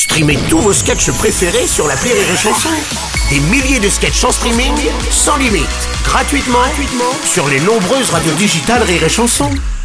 Streamez tous vos sketchs préférés sur l'appli Rire et Chanson. Des milliers de sketchs en streaming, sans limite, gratuitement sur les nombreuses radios digitales Rire et Chanson.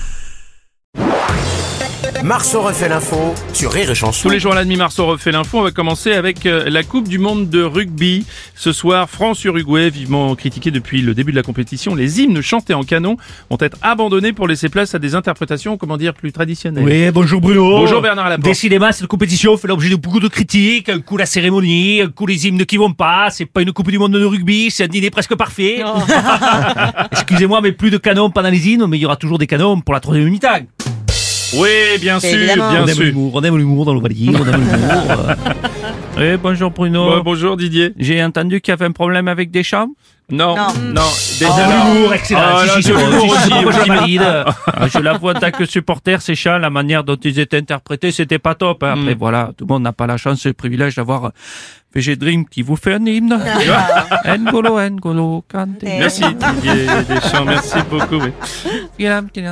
Marceau refait l'info sur Rire et Chanson. Tous les jours à la demi, Marceau refait l'info. On va commencer avec la Coupe du Monde de rugby. Ce soir, France-Uruguay, vivement critiqué depuis le début de la compétition. Les hymnes chantés en canon vont être abandonnés pour laisser place à des interprétations, plus traditionnelles. Oui, bonjour Bruno. Bonjour Bernard Laporte. Décidément, cette compétition fait l'objet de beaucoup de critiques. Un coup la cérémonie, un coup les hymnes qui vont pas. C'est pas une Coupe du Monde de rugby, c'est un dîner presque parfait. Excusez-moi, mais plus de canons pendant les hymnes, mais il y aura toujours des canons pour la troisième mi-temps. Oui, bien sûr, On bien aime sûr. l'humour, on aime l'humour dans le Valais, on aime l'humour. Oui, bonjour Bruno. Bonjour Didier. J'ai entendu qu'il y avait un problème avec Deschamps. Non. L'humour, excellent. C'est l'humour aussi. Je valide. Je l'avoue, en tant que supporter, ces chants, la manière dont ils étaient interprétés, c'était pas top. Après, voilà, tout le monde n'a pas la chance et le privilège d'avoir VG Dream qui vous fait un hymne. N'Golo, Kanté. Merci Didier Deschamps, merci beaucoup. Oui.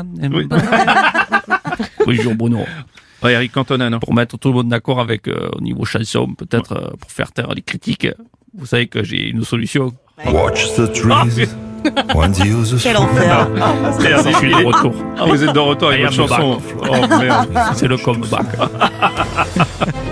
Bonjour Bruno. Ouais, Eric Cantona, non. Pour mettre tout le monde d'accord avec au niveau chanson, peut-être pour faire taire les critiques, vous savez que j'ai une solution. Watch the trees. When the use Quel enfer. Je suis de retour. Ah, vous êtes de retour avec I votre am chanson. back. Oh merde. C'est le comeback.